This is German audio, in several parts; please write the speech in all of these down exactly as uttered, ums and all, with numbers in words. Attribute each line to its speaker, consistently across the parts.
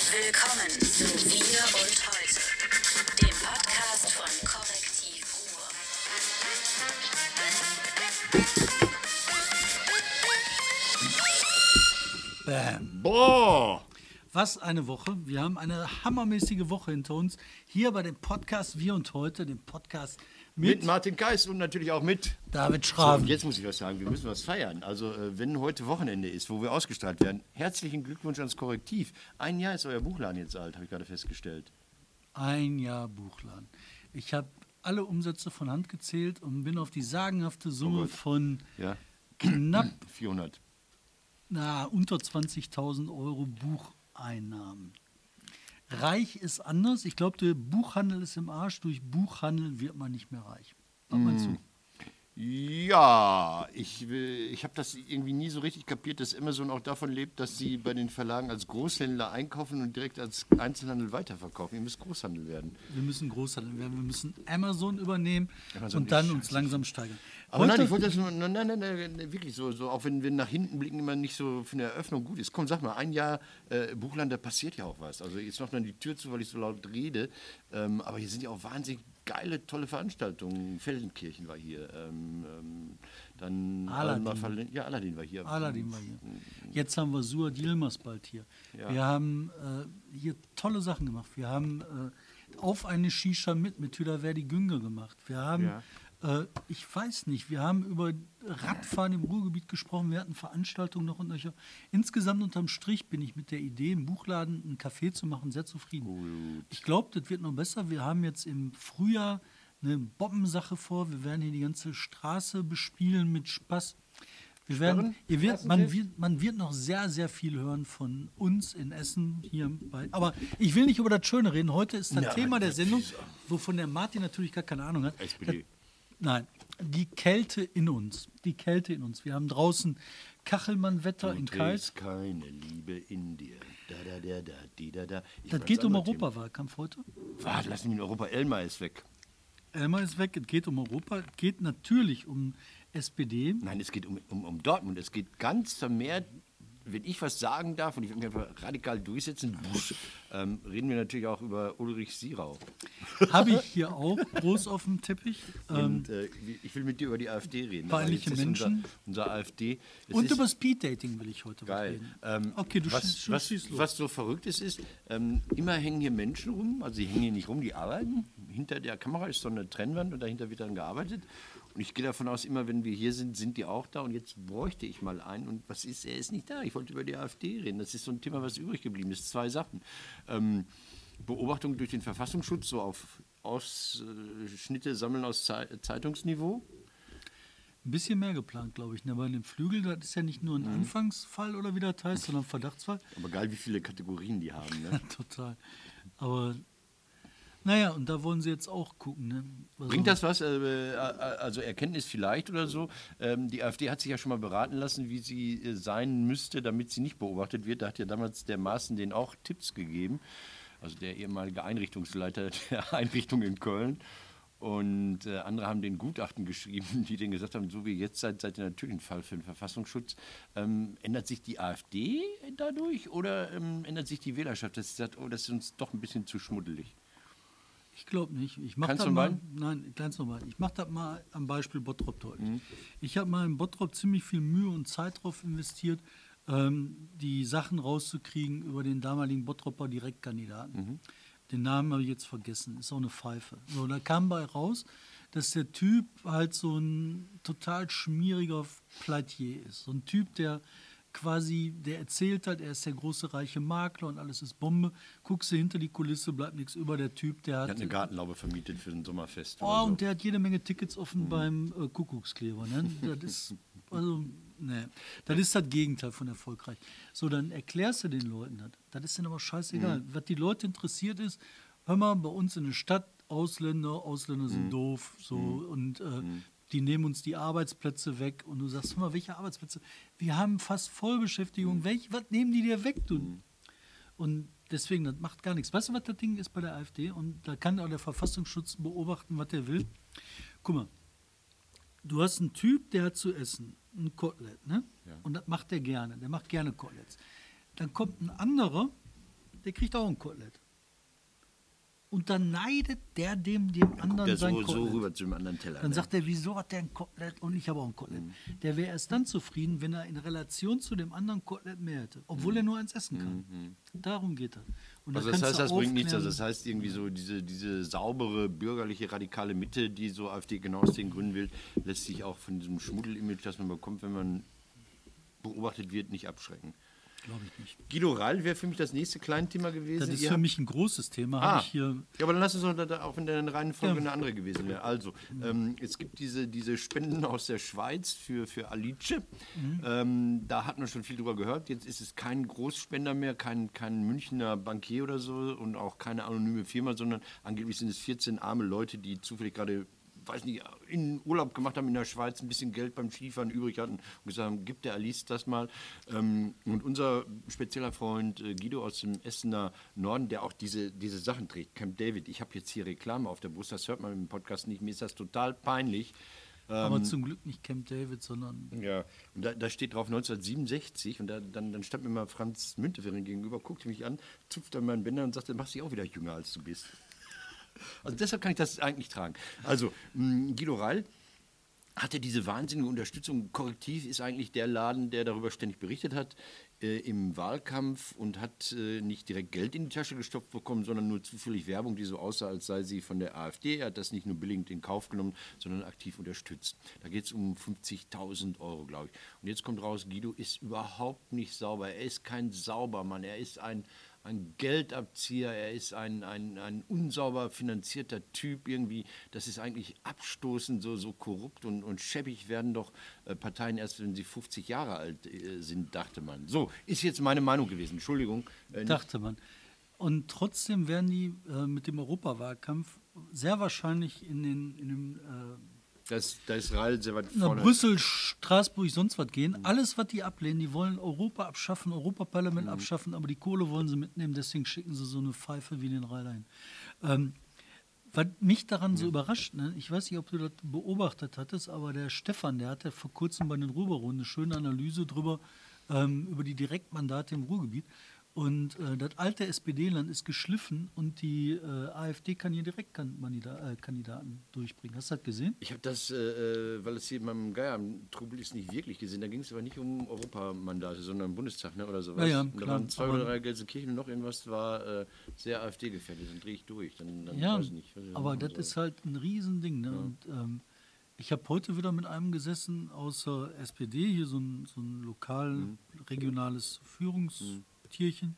Speaker 1: Willkommen zu Wir und Heute, dem Podcast von Korrektiv Ruhr.
Speaker 2: Bam.
Speaker 3: Boah!
Speaker 2: Was eine Woche. Wir haben eine hammermäßige Woche hinter uns. Hier bei dem Podcast Wir und Heute, dem Podcast mit,
Speaker 3: Mit Martin Geist und natürlich auch mit
Speaker 2: David
Speaker 3: So,
Speaker 2: Schraven.
Speaker 3: und jetzt muss ich was sagen, wir müssen was feiern. Also äh, wenn heute Wochenende ist, wo wir ausgestrahlt werden, herzlichen Glückwunsch ans Korrektiv. Ein Jahr ist euer Buchladen jetzt alt, habe ich gerade festgestellt.
Speaker 2: Ein Jahr Buchladen. Ich habe alle Umsätze von Hand gezählt und bin auf die sagenhafte Summe
Speaker 3: Oh Gott.
Speaker 2: von
Speaker 3: Ja,
Speaker 2: knapp
Speaker 3: vierhundert.
Speaker 2: na, unter zwanzigtausend Euro Bucheinnahmen. Reich ist anders. Ich glaube, der Buchhandel ist im Arsch. Durch Buchhandel wird man nicht mehr reich. Was meinst du?
Speaker 3: Ja, ich, äh, ich habe das irgendwie nie so richtig kapiert, dass Amazon auch davon lebt, dass sie bei den Verlagen als Großhändler einkaufen und direkt als Einzelhandel weiterverkaufen. Ihr müsst Großhandel werden.
Speaker 2: Wir müssen Großhandel werden. Wir müssen Amazon übernehmen
Speaker 3: Amazon
Speaker 2: und dann
Speaker 3: ist
Speaker 2: uns
Speaker 3: scheiße.
Speaker 2: langsam steigern.
Speaker 3: Aber nein,
Speaker 2: Heute-
Speaker 3: ich wollte das nur, nein, nein, nein, nein, wirklich so, so, auch wenn wir nach hinten blicken, immer nicht so für eine Eröffnung gut ist. Komm, sag mal, ein Jahr äh, Buchland, da passiert ja auch was. Also jetzt noch dann die Tür zu, weil ich so laut rede. Ähm, aber hier sind ja auch wahnsinnig geile, tolle Veranstaltungen. Feldenkirchen war hier. Ähm, ähm, dann
Speaker 2: Aladdin.
Speaker 3: Alma Verle- Ja, Aladdin war hier.
Speaker 2: Aladdin war hier. Jetzt haben wir Suad Yilmaz bald hier.
Speaker 3: Ja.
Speaker 2: Wir haben äh, hier tolle Sachen gemacht. Wir haben äh, auf eine Shisha mit, mit Hüdaverdi Günge gemacht. Wir haben,
Speaker 3: Ja.
Speaker 2: äh, ich weiß nicht, wir haben über Radfahren im Ruhrgebiet gesprochen. Wir hatten Veranstaltungen noch und nöcher. Insgesamt unterm Strich bin ich mit der Idee, im Buchladen ein Café zu machen, sehr zufrieden.
Speaker 3: Gut.
Speaker 2: Ich glaube, das wird noch besser. Wir haben jetzt im Frühjahr eine Bombensache vor. Wir werden hier die ganze Straße bespielen mit Spaß. Wir werden, ihr wird, man, wird, man wird noch sehr, sehr viel hören von uns in Essen hier bei. Aber ich will nicht über das Schöne reden. Heute ist das
Speaker 3: Ja,
Speaker 2: Thema der
Speaker 3: das
Speaker 2: Sendung,
Speaker 3: ist-
Speaker 2: wovon der Martin natürlich gar keine Ahnung hat.
Speaker 3: S P D.
Speaker 2: Nein, die Kälte in uns. Die Kälte in uns. Wir haben draußen Kachelmann-Wetter in
Speaker 3: Du
Speaker 2: Kalt.
Speaker 3: trägst keine Liebe in dir. Da, da, da, da, die, da, da. Ich
Speaker 2: Das
Speaker 3: weiß
Speaker 2: geht um
Speaker 3: andere Themen.
Speaker 2: Europawahlkampf heute.
Speaker 3: Warte, lass mich in Europa. Elmar ist weg.
Speaker 2: Elmar ist weg, es geht um Europa, es geht natürlich um S P D.
Speaker 3: Nein, es geht um, um, um Dortmund. Es geht ganz vermehrt, wenn ich was sagen darf und ich will mich einfach radikal durchsetzen, ähm, reden wir natürlich auch über Ulrich Sirau.
Speaker 2: Habe ich hier auch groß auf dem Teppich. Ähm,
Speaker 3: Und äh, ich will mit dir über die AfD reden.
Speaker 2: Peinliche
Speaker 3: Aber jetzt ist
Speaker 2: Menschen.
Speaker 3: Unser, unser AfD. Es
Speaker 2: und
Speaker 3: ist
Speaker 2: über Speeddating will ich heute was
Speaker 3: geil.
Speaker 2: reden.
Speaker 3: Ähm,
Speaker 2: Okay, du
Speaker 3: was,
Speaker 2: schießt,
Speaker 3: was,
Speaker 2: schießt los.
Speaker 3: was so verrückt ist, ist, ähm, immer hängen hier Menschen rum. Also, sie hängen hier nicht rum, die arbeiten. Hinter der Kamera ist so eine Trennwand und dahinter wird dann gearbeitet. Und ich gehe davon aus, immer wenn wir hier sind, sind die auch da. Und jetzt bräuchte ich mal einen. Und was ist? Er ist nicht da. Ich wollte über die AfD reden. Das ist so ein Thema, was übrig geblieben ist. Zwei Sachen. Ähm, Beobachtung durch den Verfassungsschutz, so auf Ausschnitte sammeln aus Zei- Zeitungsniveau.
Speaker 2: Ein bisschen mehr geplant, glaube ich. Ne? Bei dem Flügel, das ist ja nicht nur ein
Speaker 3: Mhm.
Speaker 2: Anfangsfall oder wie das heißt, sondern ein Verdachtsfall.
Speaker 3: Aber geil, wie viele Kategorien die haben. Ne?
Speaker 2: Total. Aber naja, und da wollen sie jetzt auch gucken. Ne? Also,
Speaker 3: Bringt das was? Äh, also Erkenntnis vielleicht oder so? Ähm, die AfD hat sich ja schon mal beraten lassen, wie sie äh, sein müsste, damit sie nicht beobachtet wird. Da hat ja damals der Maaßen denen auch Tipps gegeben. Also der ehemalige Einrichtungsleiter der Einrichtung in Köln. Und äh, andere haben den Gutachten geschrieben, die denen gesagt haben, so wie jetzt seid, seid ihr natürlich ein Fall für den Verfassungsschutz. Ähm, ändert sich die AfD dadurch oder ähm, ändert sich die Wählerschaft, dass sie sagt, oh, das ist uns doch ein bisschen zu schmuddelig?
Speaker 2: Ich glaube nicht. Ich mach
Speaker 3: Kannst
Speaker 2: das
Speaker 3: du
Speaker 2: mal.
Speaker 3: mal?
Speaker 2: Nein, ganz normal. Ich mache das mal am Beispiel Bottrop deutlich.
Speaker 3: Mhm.
Speaker 2: Ich habe mal in Bottrop ziemlich viel Mühe und Zeit drauf investiert, ähm, die Sachen rauszukriegen über den damaligen Bottroper Direktkandidaten.
Speaker 3: Mhm.
Speaker 2: Den Namen habe ich jetzt vergessen. Ist auch eine Pfeife. So, da kam bei raus, dass der Typ halt so ein total schmieriger Pleitier ist. So ein Typ, der quasi, der erzählt hat, er ist der große reiche Makler und alles ist Bombe. Guckst du hinter die Kulisse, bleibt nichts über. Der Typ, der
Speaker 3: Er
Speaker 2: hat...
Speaker 3: hat eine Gartenlaube vermietet für ein Sommerfest.
Speaker 2: Oh,
Speaker 3: oder so.
Speaker 2: und der hat jede Menge Tickets offen beim äh, Kuckuckskleber. Ne? Das ist, also, ne, das ist das Gegenteil von erfolgreich. So, dann erklärst du den Leuten das. Das ist denen aber scheißegal. Was die Leute interessiert ist, hör mal, bei uns in der Stadt, Ausländer, Ausländer sind doof, so, und äh, die nehmen uns die Arbeitsplätze weg. Und du sagst, hör mal, welche Arbeitsplätze? Wir haben fast Vollbeschäftigung. Welch, was nehmen die dir weg, du? Und deswegen, das macht gar nichts. Weißt du, was das Ding ist bei der AfD? Und da kann auch der Verfassungsschutz beobachten, was er will. Guck mal, du hast einen Typ, der hat zu essen, ein Kotelett, ne?
Speaker 3: Ja.
Speaker 2: Und das macht der gerne. Der macht gerne Koteletts. Dann kommt ein anderer, der kriegt auch ein Kotelett. Und dann neidet der dem, dem anderen
Speaker 3: Der
Speaker 2: sein
Speaker 3: so, so
Speaker 2: Kotelett.
Speaker 3: rüber zu einem anderen Teller.
Speaker 2: Dann
Speaker 3: ne?
Speaker 2: sagt er, wieso hat der ein Kotelett und ich habe auch ein Kotelett?
Speaker 3: Mhm.
Speaker 2: Der wäre erst dann zufrieden, wenn er in Relation zu dem anderen Kotelett mehr hätte, obwohl er nur eins essen kann. Darum geht das. Und da
Speaker 3: Also das
Speaker 2: kannst
Speaker 3: heißt,
Speaker 2: du
Speaker 3: das bringt nichts.
Speaker 2: aufklären-
Speaker 3: Also das heißt irgendwie so, diese, diese saubere, bürgerliche, radikale Mitte, die so AfD genau aus den Gründen will, lässt sich auch von diesem Schmuddel-Image, das man bekommt, wenn man beobachtet wird, nicht abschrecken.
Speaker 2: Glaube ich nicht.
Speaker 3: Guido Reil wäre für mich das nächste Kleinthema gewesen.
Speaker 2: Das ist
Speaker 3: Ihr
Speaker 2: für
Speaker 3: habt-
Speaker 2: mich ein großes Thema.
Speaker 3: Ah,
Speaker 2: Habe ich hier
Speaker 3: ja, aber dann lass uns doch da, auch in der Reihenfolge
Speaker 2: Ja.
Speaker 3: eine andere gewesen wäre. Also, ähm, es gibt diese, diese Spenden aus der Schweiz für, für Alice.
Speaker 2: Mhm.
Speaker 3: Ähm, da hat man schon viel drüber gehört. Jetzt ist es kein Großspender mehr, kein, kein Münchner Bankier oder so und auch keine anonyme Firma, sondern angeblich sind es vierzehn arme Leute, die zufällig gerade, weiß nicht, in Urlaub gemacht haben in der Schweiz, ein bisschen Geld beim Skifahren übrig hatten und gesagt haben, gib der Alice das mal. Ähm, und unser spezieller Freund äh, Guido aus dem Essener Norden, der auch diese, diese Sachen trägt, Camp David, ich habe jetzt hier Reklame auf der Brust, das hört man im Podcast nicht, mir ist das total peinlich.
Speaker 2: aber zum Glück nicht Camp David, sondern
Speaker 3: Ja, und da, da steht drauf neunzehnhundertsiebenundsechzig und da, dann, dann stand mir mal Franz Müntefering gegenüber, guckte mich an, zupfte an meinen Bänder und sagte, machst dich auch wieder jünger, als du bist. Also deshalb kann ich das eigentlich tragen. Also mh, Guido Reil hatte diese wahnsinnige Unterstützung. Korrektiv ist eigentlich der Laden, der darüber ständig berichtet hat äh, im Wahlkampf und hat äh, nicht direkt Geld in die Tasche gestopft bekommen, sondern nur zufällig Werbung, die so aussah, als sei sie von der AfD. Er hat das nicht nur billigend in Kauf genommen, sondern aktiv unterstützt. Da geht es um fünfzigtausend Euro, glaube ich. Und jetzt kommt raus, Guido ist überhaupt nicht sauber. Er ist kein Saubermann. Er ist ein ein Geldabzieher, er ist ein, ein, ein unsauber finanzierter Typ irgendwie. Das ist eigentlich abstoßend, so, so korrupt und, und schäbig werden doch äh, Parteien erst, wenn sie fünfzig Jahre alt äh, sind, dachte man. So, ist jetzt meine Meinung gewesen, Entschuldigung. Äh, nicht-
Speaker 2: dachte man. Und trotzdem werden die äh, mit dem Europawahlkampf sehr wahrscheinlich in den in dem äh,
Speaker 3: das, da ist Reil sehr weit
Speaker 2: nach
Speaker 3: vorne.
Speaker 2: Brüssel, Straßburg, sonst was gehen. Alles, was die ablehnen, die wollen Europa abschaffen, Europaparlament
Speaker 3: Mhm.
Speaker 2: abschaffen, aber die Kohle wollen sie mitnehmen, deswegen schicken sie so eine Pfeife wie den Reiler hin. Ähm, was mich daran so überrascht, ne, ich weiß nicht, ob du das beobachtet hattest, aber der Stefan, der hatte vor kurzem bei den Rüberrunden eine schöne Analyse drüber, ähm, über die Direktmandate im Ruhrgebiet. Und äh, das alte S P D-Land ist geschliffen und die äh, AfD kann hier Direktkandidaten äh, Kandidaten durchbringen. Hast du das gesehen?
Speaker 3: Ich habe das, äh, weil es hier in meinem Geier-Trubel ist, nicht wirklich gesehen. Da ging es aber nicht um Europamandate, sondern um Bundestag ne, oder sowas.
Speaker 2: Ja, ja,
Speaker 3: und da
Speaker 2: klar,
Speaker 3: waren zwei
Speaker 2: aber-
Speaker 3: oder drei Gelsenkirchen und noch irgendwas war äh, sehr AfD-gefährdet. Dann drehe ich durch. Dann, dann
Speaker 2: Ja,
Speaker 3: weiß ich nicht, was ich
Speaker 2: aber
Speaker 3: machen
Speaker 2: das
Speaker 3: soll.
Speaker 2: ist halt ein Riesending. Ne? Und, ähm, ich habe heute wieder mit einem gesessen aus der S P D, hier so ein, so ein lokal,
Speaker 3: Mhm.
Speaker 2: regionales Führungstierchen.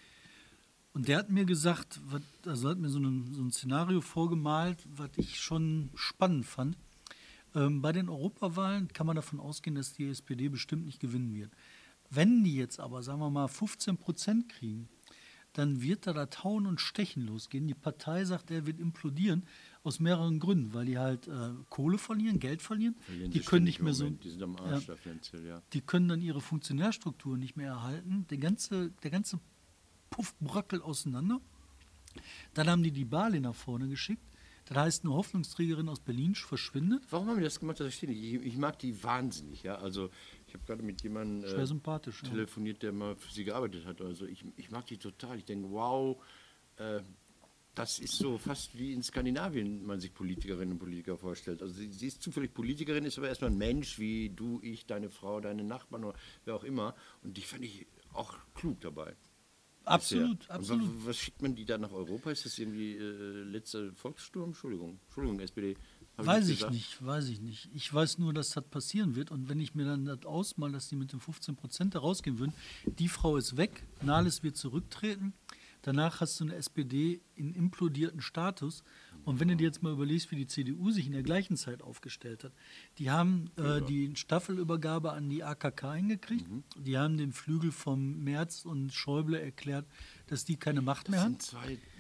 Speaker 2: Und der hat mir gesagt, was, also hat mir so ein, so ein Szenario vorgemalt, was ich schon spannend fand. Ähm, bei den Europawahlen kann man davon ausgehen, dass die S P D bestimmt nicht gewinnen wird. Wenn die jetzt aber, sagen wir mal, fünfzehn Prozent kriegen, dann wird da das Hauen und Stechen losgehen. Die Partei sagt, er wird implodieren, aus mehreren Gründen, weil die halt äh, Kohle verlieren, Geld verlieren.
Speaker 3: Verlieren
Speaker 2: die
Speaker 3: sie
Speaker 2: können
Speaker 3: ständig
Speaker 2: nicht mehr
Speaker 3: im
Speaker 2: so,
Speaker 3: Moment. Die sind am Arsch
Speaker 2: ja,
Speaker 3: da finanziell, ja.
Speaker 2: die können dann ihre Funktionärstruktur nicht mehr erhalten. Der ganze, der ganze Puff bröckelt auseinander. Dann haben die die Bali nach vorne geschickt. Das heißt, eine Hoffnungsträgerin aus Berlin verschwindet.
Speaker 3: Warum haben die das gemacht? Das verstehe ich nicht. Ich, ich mag die wahnsinnig, ja. Also ich habe gerade mit jemandem
Speaker 2: Schwer
Speaker 3: äh,
Speaker 2: sympathisch. Ja.
Speaker 3: telefoniert, der mal für sie gearbeitet hat. Also ich, ich mag die total. Ich denke, wow, äh, das ist so fast wie in Skandinavien man sich Politikerinnen und Politiker vorstellt. Also sie, sie ist zufällig Politikerin, ist aber erstmal ein Mensch wie du, ich, deine Frau, deine Nachbarn oder wer auch immer. Und die fand ich auch klug dabei.
Speaker 2: Absolut,
Speaker 3: Bisher.
Speaker 2: absolut.
Speaker 3: Und wa- was schickt man die da nach Europa? Ist das irgendwie äh, letzter Volkssturm? Entschuldigung, Entschuldigung, S P D. Hab
Speaker 2: Weiß
Speaker 3: jetzt
Speaker 2: ich
Speaker 3: gesagt.
Speaker 2: nicht, weiß ich nicht. Ich weiß nur, dass das passieren wird. Und wenn ich mir dann das ausmal, dass die mit den fünfzehn Prozent da rausgehen würden, die Frau ist weg, Nahles wird zurücktreten. Danach hast du eine S P D in implodierten Status. Und wenn du dir jetzt mal überlegst, wie die C D U sich in der gleichen Zeit aufgestellt hat, die haben äh, die Staffelübergabe an die A K K hingekriegt. Die haben den Flügel vom Merz und Schäuble erklärt, dass die keine Macht mehr
Speaker 3: Das
Speaker 2: haben.
Speaker 3: sind zwei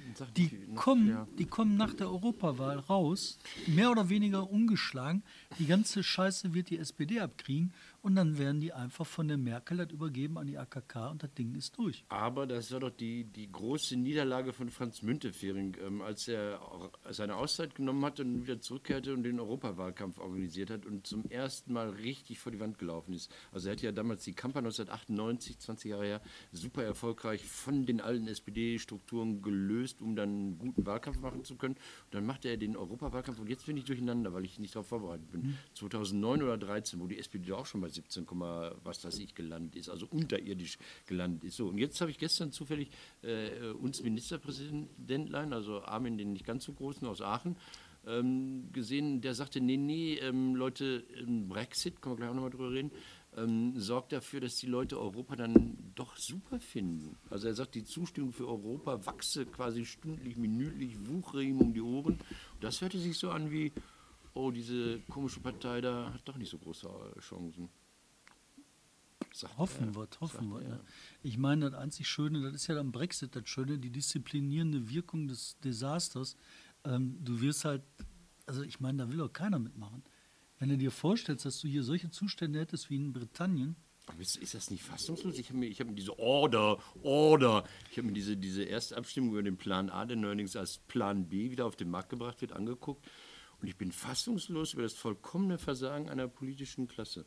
Speaker 3: Sag
Speaker 2: Die
Speaker 3: nicht, noch-
Speaker 2: kommen,
Speaker 3: ja.
Speaker 2: die kommen nach der Europawahl raus, mehr oder weniger ungeschlagen. Die ganze Scheiße wird die S P D abkriegen und dann werden die einfach von der Merkel das übergeben an die A K K und das Ding ist durch.
Speaker 3: Aber das war doch die, die große Niederlage von Franz Müntefering, ähm, als er auch seine Auszeit genommen hat und wieder zurückkehrte und den Europawahlkampf organisiert hat und zum ersten Mal richtig vor die Wand gelaufen ist. Also er hat ja damals die Kampagne neunzehnhundertachtundneunzig, zwanzig Jahre her, super erfolgreich von den alten S P D-Strukturen gelöst, um dann einen guten Wahlkampf machen zu können. Und dann machte er den Europawahlkampf und jetzt bin ich durcheinander, weil ich nicht darauf vorbereitet bin. zweitausendneun oder dreizehn, wo die S P D auch schon bei siebzehn, was weiß ich, gelandet ist, also unterirdisch gelandet ist. So, und jetzt habe ich gestern zufällig äh, uns Ministerpräsidentlein, also Armin, den nicht ganz so großen aus Aachen, ähm, gesehen, der sagte, nee, nee, ähm, Leute, ähm, Brexit, können wir gleich auch nochmal drüber reden, ähm, sorgt dafür, dass die Leute Europa dann doch super finden. Also er sagt, die Zustimmung für Europa wachse quasi stündlich, minütlich, wuchere ihm um die Ohren. Und das hörte sich so an wie, oh, diese komische Partei da hat doch nicht so große äh, Chancen. Sagt
Speaker 2: Hoffen
Speaker 3: er.
Speaker 2: wir, hoffen wir.
Speaker 3: Sagt er.
Speaker 2: Ne? Ich meine, das einzig Schöne, das ist ja am Brexit das Schöne, die disziplinierende Wirkung des Desasters. Ähm, du wirst halt, also ich meine, da will doch keiner mitmachen. Wenn du dir vorstellst, dass du hier solche Zustände hättest wie in Britannien,
Speaker 3: Aber ist, ist das nicht fassungslos? Ich habe mir, ich hab mir diese Order, Order, ich habe mir diese, diese erste Abstimmung über den Plan A, der neuerdings als Plan B wieder auf den Markt gebracht wird, angeguckt. Und ich bin fassungslos über das vollkommene Versagen einer politischen Klasse.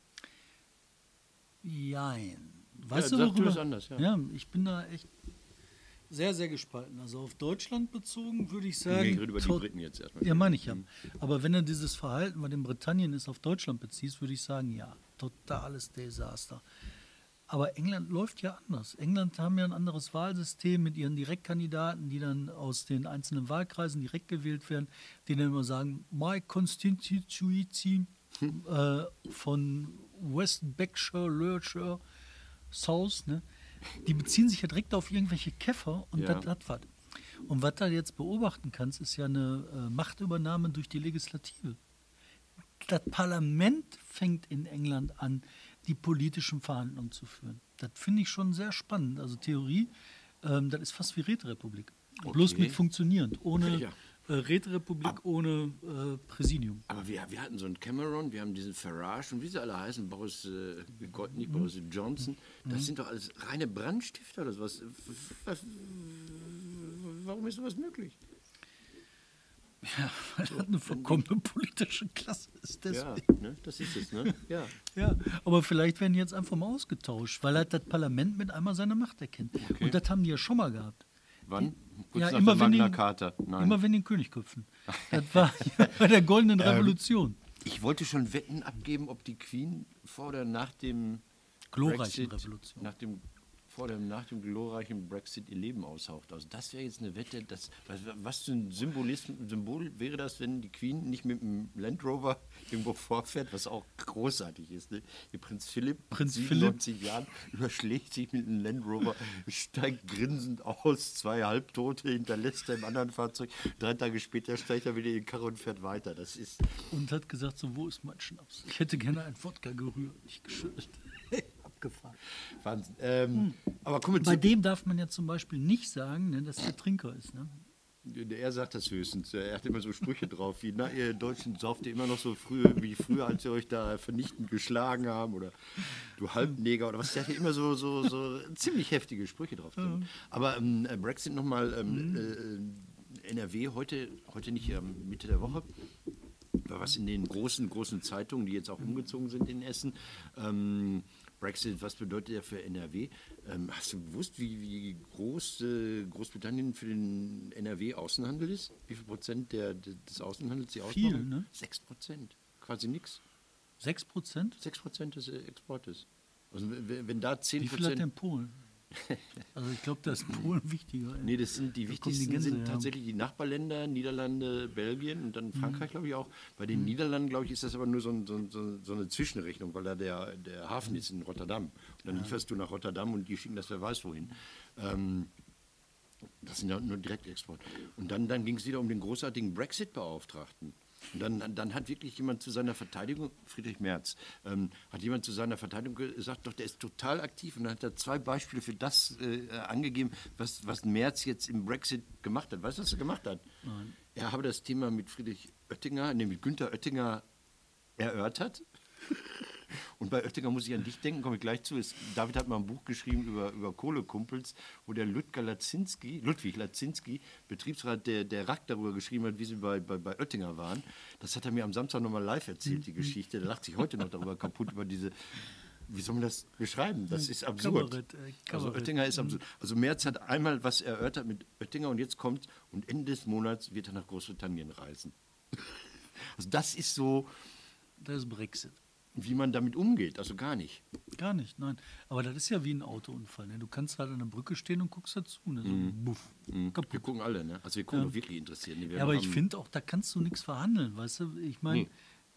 Speaker 2: jein. Weißt
Speaker 3: Ja,
Speaker 2: du,
Speaker 3: sag du
Speaker 2: worüber?
Speaker 3: das anders, ja.
Speaker 2: ja, ich bin da echt sehr, sehr gespalten. Also auf Deutschland bezogen würde ich sagen.
Speaker 3: Nee, ich rede über die
Speaker 2: to-
Speaker 3: Briten jetzt erstmal.
Speaker 2: Ja, meine ich ja. Aber wenn du dieses Verhalten, was in Britannien ist, auf Deutschland beziehst, würde ich sagen, ja, totales Desaster. Aber England läuft ja anders. England haben ja ein anderes Wahlsystem mit ihren Direktkandidaten, die dann aus den einzelnen Wahlkreisen direkt gewählt werden, die dann immer sagen, my constituency äh, von West Berkshire, Lurshire, South, ne? Die beziehen sich ja direkt auf irgendwelche Käfer und
Speaker 3: Ja.
Speaker 2: das hat was. Und was du jetzt beobachten kannst, ist ja eine äh, Machtübernahme durch die Legislative. Das Parlament fängt in England an, die politischen Verhandlungen zu führen. Das finde ich schon sehr spannend. Also Theorie, ähm, das ist fast wie Räterepublik. Bloß
Speaker 3: Okay.
Speaker 2: mit funktionierend, ohne
Speaker 3: Ja.
Speaker 2: äh, Räterepublik, ohne äh, Präsidium.
Speaker 3: Aber wir, wir hatten so einen Cameron, wir haben diesen Farage und wie sie alle heißen, Boris, äh, Gott, nicht Boris Johnson, das sind doch alles reine Brandstifter oder sowas. Was, warum ist sowas möglich?
Speaker 2: Ja, weil das eine vollkommene politische Klasse ist.
Speaker 3: Ja,
Speaker 2: Deswegen.
Speaker 3: ne? Das ist es, ne? Ja.
Speaker 2: Ja, aber vielleicht werden die jetzt einfach mal ausgetauscht, weil halt das Parlament mit einmal seine Macht erkennt.
Speaker 3: Okay.
Speaker 2: Und das haben die ja schon mal gehabt.
Speaker 3: Wann? Kurz
Speaker 2: Ja,
Speaker 3: nach
Speaker 2: immer
Speaker 3: der
Speaker 2: wenn,
Speaker 3: Magna
Speaker 2: die,
Speaker 3: Carta. Nein.
Speaker 2: immer wenn die den König köpfen. Das war ja bei der Goldenen Revolution.
Speaker 3: Ich wollte schon Wetten abgeben, ob die Queen vor oder nach dem
Speaker 2: Glorreichen
Speaker 3: Brexit,
Speaker 2: Revolution.
Speaker 3: nach dem, vor dem, nach dem glorreichen Brexit ihr Leben aushaucht. Also das wäre jetzt eine Wette, das, was, was für ein Symbolismus, Symbol wäre das, wenn die Queen nicht mit dem Land Rover irgendwo vorfährt, was auch großartig ist. Ne? Der Prinz Philipp,
Speaker 2: Prinz
Speaker 3: siebenundneunzig Jahren, überschlägt sich mit einem Land Rover, steigt grinsend aus, zwei Halbtote hinterlässt er im anderen Fahrzeug. Drei Tage später steigt er wieder in den Karre und fährt weiter. Das ist...
Speaker 2: Und hat gesagt, so, wo ist mein Schnaps? Ich hätte gerne einen Wodka gerührt, nicht geschüttet. Abgefahren.
Speaker 3: Wahnsinn. Ähm, Aber kommen wir
Speaker 2: Bei
Speaker 3: zu...
Speaker 2: dem darf man ja zum Beispiel nicht sagen, ne, dass der Trinker ist. Ne?
Speaker 3: Er sagt das höchstens. Er hat immer so Sprüche drauf, wie, na, ihr Deutschen sauft ihr immer noch so früh, wie früher, als ihr euch da vernichtend geschlagen haben oder du Halbneger oder was. Der hat ja immer so, so, so ziemlich heftige Sprüche drauf. Drin. Aber ähm, Brexit nochmal, ähm, äh, N R W heute, heute nicht, ähm, Mitte der Woche, war was in den großen, großen Zeitungen, die jetzt auch umgezogen sind in Essen. Ähm, Brexit, was bedeutet der für N R W? Ähm, hast du gewusst, wie, wie groß äh, Großbritannien für den N R W-Außenhandel ist? Wie viel Prozent der, des Außenhandels sie
Speaker 2: Viel,
Speaker 3: ausmachen?
Speaker 2: ne?
Speaker 3: Sechs Prozent. Quasi nichts.
Speaker 2: Sechs Prozent?
Speaker 3: Sechs Prozent des äh, Exportes. Also wenn, wenn da zehn
Speaker 2: Wie viel hat denn
Speaker 3: Prozent...
Speaker 2: Polen? Also ich glaube, da ist Polen wichtiger. ey.
Speaker 3: Nee, das sind die
Speaker 2: Da kommen die
Speaker 3: wichtigsten
Speaker 2: Gänse
Speaker 3: sind
Speaker 2: her.
Speaker 3: tatsächlich die Nachbarländer, Niederlande, Belgien und dann
Speaker 2: Mhm.
Speaker 3: Frankreich, glaube ich auch. Bei den Niederlanden, glaube ich, ist das aber nur so, ein, so, ein- so, so eine Zwischenrechnung, weil da der, der Hafen ist in Rotterdam. Und dann lieferst du nach Rotterdam und die schicken das wer weiß wohin. Ähm, das sind ja nur Direktexport. Und dann, dann ging es wieder um den großartigen Brexit-Beauftragten. Und dann, dann, dann hat wirklich jemand zu seiner Verteidigung, Friedrich Merz, ähm, hat jemand zu seiner Verteidigung gesagt, doch, der ist total aktiv. Und dann hat er zwei Beispiele für das äh, angegeben, was, was Merz jetzt im Brexit gemacht hat. Weißt du, was er gemacht hat?
Speaker 2: Nein.
Speaker 3: Er habe das Thema mit Friedrich Oettinger, nämlich Günther Oettinger, erörtert. Und bei Oettinger muss ich an dich denken, komme ich gleich zu. Es, David hat mal ein Buch geschrieben über, über Kohlekumpels, wo der Ludger Lazinski, Ludwig Lazinski, Betriebsrat der, der R A K, darüber geschrieben hat, wie sie bei, bei, bei Oettinger waren. Das hat er mir am Samstag nochmal live erzählt, die Geschichte. Der lacht sich heute noch darüber kaputt, über diese, wie soll man das beschreiben? Das ist absurd.
Speaker 2: Kabarett, äh,
Speaker 3: Also
Speaker 2: Kabarett.
Speaker 3: Oettinger ist absurd. Also Merz hat einmal was erörtert mit Oettinger und jetzt kommt, und Ende des Monats wird er nach Großbritannien reisen. Also das ist so,
Speaker 2: Das ist Brexit.
Speaker 3: wie man damit umgeht, also gar nicht.
Speaker 2: Gar nicht, nein. Aber das ist ja wie ein Autounfall. Ne? Du kannst halt an der Brücke stehen und guckst dazu. Ne? So buff,
Speaker 3: Wir
Speaker 2: kaputt.
Speaker 3: gucken alle, ne? Also wir gucken doch wirklich interessiert. Ne? Wir
Speaker 2: Ja, aber ich
Speaker 3: haben-
Speaker 2: finde auch, da kannst du nichts verhandeln, weißt du? Ich meine,
Speaker 3: Nee.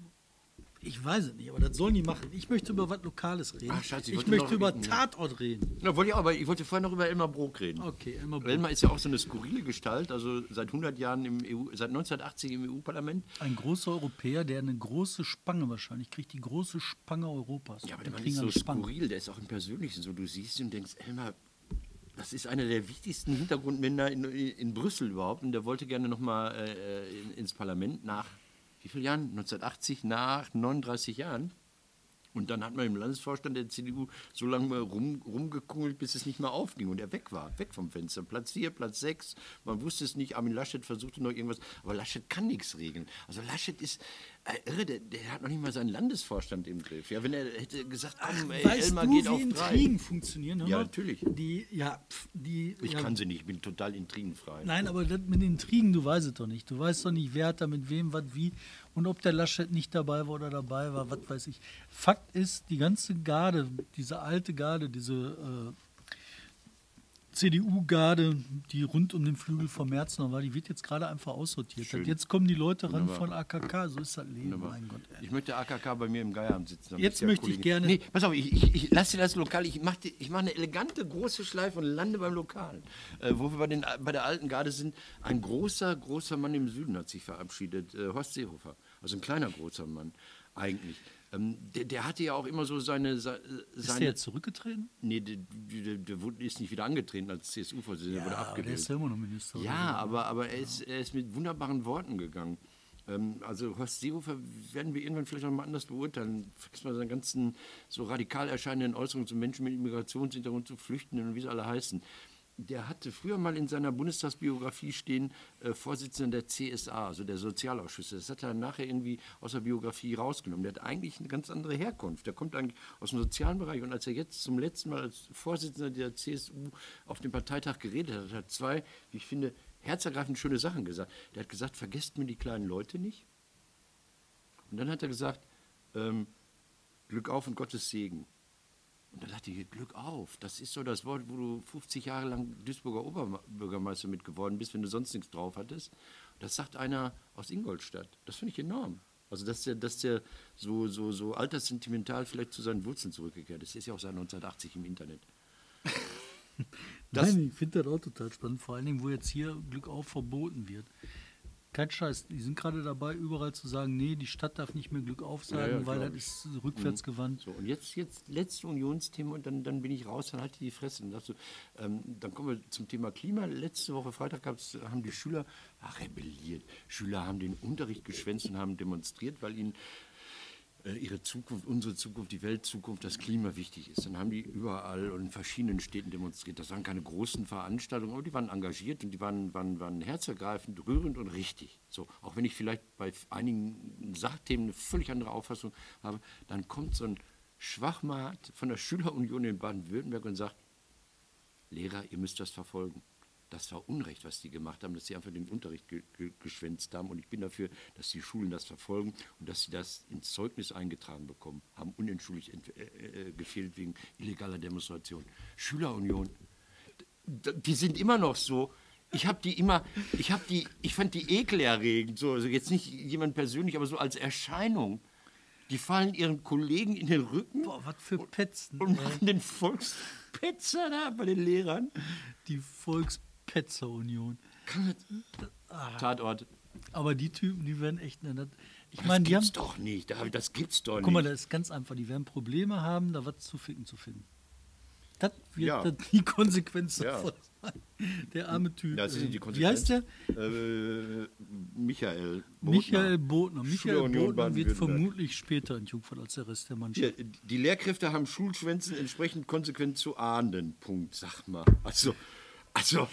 Speaker 2: ich weiß es nicht, aber das sollen die machen. Ich möchte über was Lokales reden.
Speaker 3: Ach, Scheiße, ich
Speaker 2: ich
Speaker 3: wollte
Speaker 2: möchte
Speaker 3: noch-
Speaker 2: über
Speaker 3: ja.
Speaker 2: Tatort reden.
Speaker 3: Na, wollte ich, auch, aber ich wollte vorher noch über Elmar Brok reden.
Speaker 2: Okay, Elmar Brok.
Speaker 3: Elmar ist ja auch so eine skurrile Gestalt, also seit hundert Jahren im E U, seit neunzehnhundertachtzig im E U-Parlament.
Speaker 2: Ein großer Europäer, der eine große Spange wahrscheinlich kriegt, die große Spange Europas.
Speaker 3: Ja, aber
Speaker 2: Die
Speaker 3: der Mann
Speaker 2: kriegen
Speaker 3: ist so
Speaker 2: eine Spange.
Speaker 3: skurril, der ist auch im Persönlichen so. Du siehst ihn und denkst, Elmar, das ist einer der wichtigsten Hintergrundmänner in, in Brüssel überhaupt. Und der wollte gerne nochmal äh, in, ins Parlament nach, wie vielen Jahren? neunzehnhundertachtzig, nach neununddreißig Jahren. Und dann hat man im Landesvorstand der C D U so lange mal rum, rumgekungelt, bis es nicht mehr aufging und er weg war, weg vom Fenster. Platz vier, Platz sechs, man wusste es nicht. Armin Laschet versuchte noch irgendwas, aber Laschet kann nichts regeln. Also Laschet ist äh, irre, der, der hat noch nicht mal seinen Landesvorstand im Griff. Ja, wenn er hätte gesagt, komm, ey,
Speaker 2: Weißt
Speaker 3: Elmar
Speaker 2: du,
Speaker 3: geht
Speaker 2: wie
Speaker 3: auf
Speaker 2: Intrigen
Speaker 3: drei.
Speaker 2: funktionieren? Hör
Speaker 3: Ja,
Speaker 2: mal.
Speaker 3: natürlich.
Speaker 2: Die, ja, pf, die,
Speaker 3: Ich
Speaker 2: ja,
Speaker 3: kann sie nicht, ich bin total intrigenfrei.
Speaker 2: Nein, aber das mit Intrigen, du weißt es doch nicht. Du weißt doch nicht, wer hat da mit wem, was, wie. Und ob der Laschet nicht dabei war oder dabei war, was weiß ich. Fakt ist, die ganze Garde, diese alte Garde, diese äh, C D U-Garde, die rund um den Flügel vom März noch war, die wird jetzt gerade einfach aussortiert.
Speaker 3: Schön.
Speaker 2: Jetzt kommen die Leute ran
Speaker 3: Wunderbar.
Speaker 2: von A K K, so ist das Leben,
Speaker 3: Wunderbar.
Speaker 2: mein Gott. Ey.
Speaker 3: Ich möchte A K K bei mir im Geierabend sitzen. damit
Speaker 2: Jetzt
Speaker 3: die
Speaker 2: möchte ich
Speaker 3: Kollegen-
Speaker 2: gerne-
Speaker 3: Nee, pass auf, ich, ich, ich lasse dir das Lokal. Ich mache ich mach eine elegante große Schleife und lande beim Lokal. Äh, wo wir bei, den, bei der alten Garde sind. Ein großer, großer Mann im Süden hat sich verabschiedet. Äh, Horst Seehofer. Also ein kleiner, großer Mann eigentlich. Ähm, der, der hatte ja auch immer so seine. se-
Speaker 2: Ist
Speaker 3: seine
Speaker 2: der jetzt zurückgetreten?
Speaker 3: Nee, der, der, der wurde- ist nicht wieder angetreten als C S U-Vorsitzender, wurde
Speaker 2: aber der
Speaker 3: abgewählt.
Speaker 2: ist ja immer noch Minister. oder
Speaker 3: Ja,
Speaker 2: so.
Speaker 3: aber, aber er, ist, er ist mit wunderbaren Worten gegangen. Ähm, also Horst Seehofer werden wir irgendwann vielleicht noch mal anders beurteilen. Vergiss mal seine ganzen so radikal erscheinenden Äußerungen zu Menschen mit Migrationshintergrund, zu Flüchtenden und wie sie alle heißen. Der hatte früher mal in seiner Bundestagsbiografie stehen, äh, Vorsitzender der C S A, also der Sozialausschüsse. Das hat er nachher irgendwie aus der Biografie rausgenommen. Der hat eigentlich eine ganz andere Herkunft. Der kommt eigentlich aus dem sozialen Bereich. Und als er jetzt zum letzten Mal als Vorsitzender der C S U auf dem Parteitag geredet hat, hat er zwei, wie ich finde, herzergreifend schöne Sachen gesagt. Der hat gesagt, vergesst mir die kleinen Leute nicht. Und dann hat er gesagt, ähm, Glück auf und Gottes Segen. Und dann dachte ich, Glück auf, das ist so das Wort, wo du fünfzig Jahre lang Duisburger Oberbürgermeister mit geworden bist, wenn du sonst nichts drauf hattest. Das sagt einer aus Ingolstadt. Das finde ich enorm. Also, dass der, dass der so, so, so alterssentimental vielleicht zu seinen Wurzeln zurückgekehrt ist. Das ist ja auch seit neunzehnhundertachtzig im Internet. Das-
Speaker 2: Nein, ich finde das auch total spannend. Vor allen Dingen, wo jetzt hier Glück auf verboten wird. Kein Scheiß, die sind gerade dabei, überall zu sagen, nee, die Stadt darf nicht mehr Glück auf sagen,
Speaker 3: Ja, ja,
Speaker 2: weil
Speaker 3: glaub
Speaker 2: das ist rückwärtsgewandt.
Speaker 3: So, und jetzt, jetzt letzte Unionsthema und dann, dann bin ich raus, dann halte ich die Fresse. Und sagst du, ähm, dann kommen wir zum Thema Klima. Letzte Woche Freitag gab's, haben die Schüler ach, rebelliert. Schüler haben den Unterricht geschwänzt und haben demonstriert, weil ihnen äh, ihre Zukunft, unsere Zukunft, die Weltzukunft, das Klima wichtig ist. Dann haben die überall und in verschiedenen Städten demonstriert. Das waren keine großen Veranstaltungen, aber die waren engagiert und die waren, waren, waren herzergreifend, rührend und richtig. So, auch wenn ich vielleicht bei einigen Sachthemen eine völlig andere Auffassung habe, dann kommt so ein Schwachmat von der Schülerunion in Baden-Württemberg und sagt, Lehrer, ihr müsst das verfolgen. Das war Unrecht, was die gemacht haben, dass sie einfach den Unterricht ge ge geschwänzt haben. Und ich bin dafür, dass die Schulen das verfolgen und dass sie das ins Zeugnis eingetragen bekommen. Haben unentschuldigt äh, äh, gefehlt wegen illegaler Demonstration. Schülerunion, d- die sind immer noch so. Ich habe die immer, ich habe die, ich fand die ekelerregend. So, also jetzt nicht jemand persönlich, aber so als Erscheinung. Die fallen ihren Kollegen in den Rücken
Speaker 2: Boah, was für Petzen.
Speaker 3: und
Speaker 2: ey.
Speaker 3: machen den Volkspetzer da bei den Lehrern.
Speaker 2: Die Volkspetzer-Union.
Speaker 3: Tatort.
Speaker 2: Aber die Typen, die werden echt. Ne, das, ich
Speaker 3: Das
Speaker 2: meine, die haben.
Speaker 3: gibt's doch nicht. Da- Das gibt's doch
Speaker 2: Guck mal,
Speaker 3: nicht.
Speaker 2: das ist ganz einfach. Die werden Probleme haben, da was zu ficken zu finden. Das wird
Speaker 3: Ja.
Speaker 2: das die Konsequenz
Speaker 3: Ja.
Speaker 2: davon sein. Der arme Typ.
Speaker 3: Das ist
Speaker 2: äh,
Speaker 3: die
Speaker 2: Wie heißt der?
Speaker 3: Äh, Michael. Botner.
Speaker 2: Michael Botner. Michael
Speaker 3: Schülerunion
Speaker 2: Botner wird
Speaker 3: Baden-Württemberg.
Speaker 2: vermutlich später in Jungfurt als der Rest der Mannschaft.
Speaker 3: Hier, die Lehrkräfte haben Schulschwänzen entsprechend konsequent zu ahnden. Punkt, sag mal. Also, also,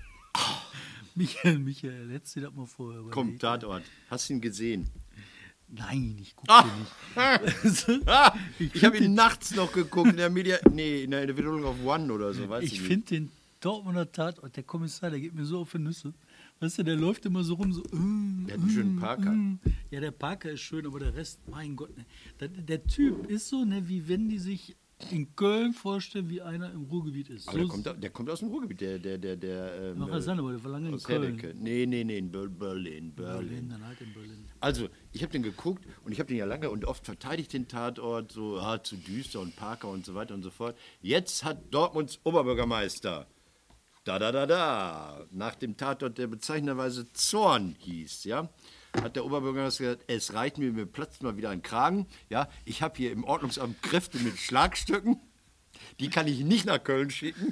Speaker 2: Michael, Michael, hättest du dir das mal vorher
Speaker 3: komm,
Speaker 2: überlegt.
Speaker 3: Tatort. Hast du ihn gesehen?
Speaker 2: Nein, ich gucke
Speaker 3: Ah.
Speaker 2: den nicht.
Speaker 3: Ah,
Speaker 2: Ich
Speaker 3: ich habe
Speaker 2: find
Speaker 3: ihn
Speaker 2: den-
Speaker 3: nachts noch geguckt in der Media. Nee, in der Wiederholung auf One oder so, weiß ich,
Speaker 2: Ich
Speaker 3: nicht.
Speaker 2: finde den Dortmunder Tatort, der Kommissar, der geht mir so auf die Nüsse. Weißt du, der läuft immer so rum, so. Mm,
Speaker 3: Der hat einen schönen
Speaker 2: mm,
Speaker 3: Parker.
Speaker 2: mm. Ja, der Parker ist schön, aber der Rest, mein Gott. Ne. Der, der Typ ist so, ne, wie wenn die sich in Köln vorstellen, wie einer im Ruhrgebiet ist.
Speaker 3: Aber
Speaker 2: So
Speaker 3: der, kommt, der kommt aus dem Ruhrgebiet, der, der, der, der, ähm,
Speaker 2: Mach er sein, aber der war lange in
Speaker 3: aus
Speaker 2: Köln.
Speaker 3: Herdecke. Nee, nee, nee, in Ber- Berlin, Berlin.
Speaker 2: Berlin, dann halt in Berlin.
Speaker 3: Also, ich habe den geguckt und ich habe den ja lange und oft verteidigt, den Tatort, so ah, zu düster und Parker und so weiter und so fort. Jetzt hat Dortmunds Oberbürgermeister, da, da, da, da, nach dem Tatort, der bezeichnenderweise Zorn hieß, ja, hat der Oberbürgermeister gesagt, es reicht mir, mir platzt mal wieder ein Kragen. Ja, ich habe hier im Ordnungsamt Kräfte mit Schlagstöcken, die kann ich nicht nach Köln schicken.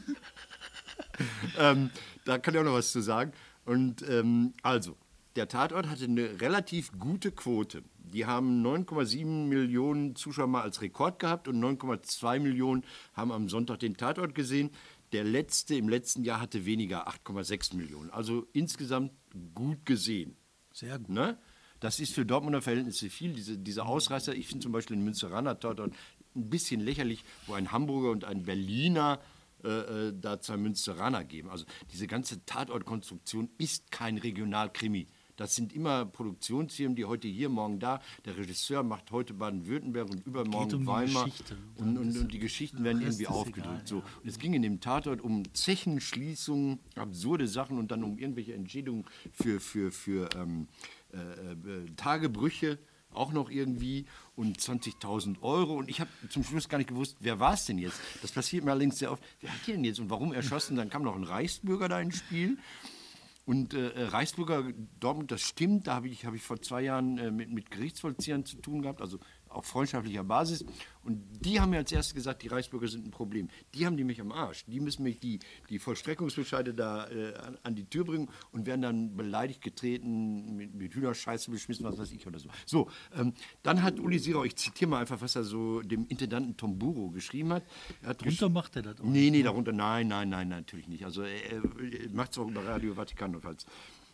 Speaker 3: ähm, da kann ich auch noch was zu sagen. Und ähm, also, der Tatort hatte eine relativ gute Quote. Die haben neun Komma sieben Millionen Zuschauer mal als Rekord gehabt und neun Komma zwei Millionen haben am Sonntag den Tatort gesehen. Der letzte im letzten Jahr hatte weniger, acht Komma sechs Millionen. Also insgesamt gut gesehen.
Speaker 2: Sehr gut.
Speaker 3: Ne? Das ist für Dortmunder Verhältnisse viel, diese, diese Ausreißer. Ich finde zum Beispiel den Münsteraner Tatort ein bisschen lächerlich, wo ein Hamburger und ein Berliner äh, äh, da zwei Münsteraner geben. Also diese ganze Tatortkonstruktion ist kein Regionalkrimi. Das sind immer Produktionsfirmen, die heute hier, morgen da. Der Regisseur macht heute Baden-Württemberg und übermorgen
Speaker 2: um die
Speaker 3: Weimar.
Speaker 2: Geschichte.
Speaker 3: Und, und, und die Geschichten werden
Speaker 2: Rest
Speaker 3: irgendwie
Speaker 2: ist
Speaker 3: aufgedrückt.
Speaker 2: egal,
Speaker 3: So.
Speaker 2: ja.
Speaker 3: Und es ging in dem Tatort um Zechenschließungen, absurde Sachen und dann um irgendwelche Entschädigungen für, für, für ähm, äh, äh, Tagebrüche, auch noch irgendwie, und zwanzigtausend Euro. Und ich habe zum Schluss gar nicht gewusst, wer war es denn jetzt? Das passiert mir allerdings sehr oft. Wer hat die denn jetzt und warum erschossen? Dann kam noch ein Reichsbürger da ins Spiel. Und äh, Reichsbürger Dortmund, das stimmt, da habe ich, hab ich vor zwei Jahren äh, mit, mit Gerichtsvollziehern zu tun gehabt, also auf freundschaftlicher Basis. Und die haben mir als erstes gesagt, die Reichsbürger sind ein Problem. Die haben die mich am Arsch. Die müssen mich die, die Vollstreckungsbescheide da äh, an, an die Tür bringen und werden dann beleidigt getreten, mit, mit Hühnerscheiße beschmissen, was weiß ich oder so. So, ähm, dann hat Uli Sirau, ich zitiere mal einfach, was er so dem Intendanten Tomburo geschrieben hat. Er hat
Speaker 2: Drunter macht er das auch.
Speaker 3: Nee, nee, darunter, nein, nein, nein, natürlich nicht. Also er, er macht es auch über Radio Vatikan notfalls.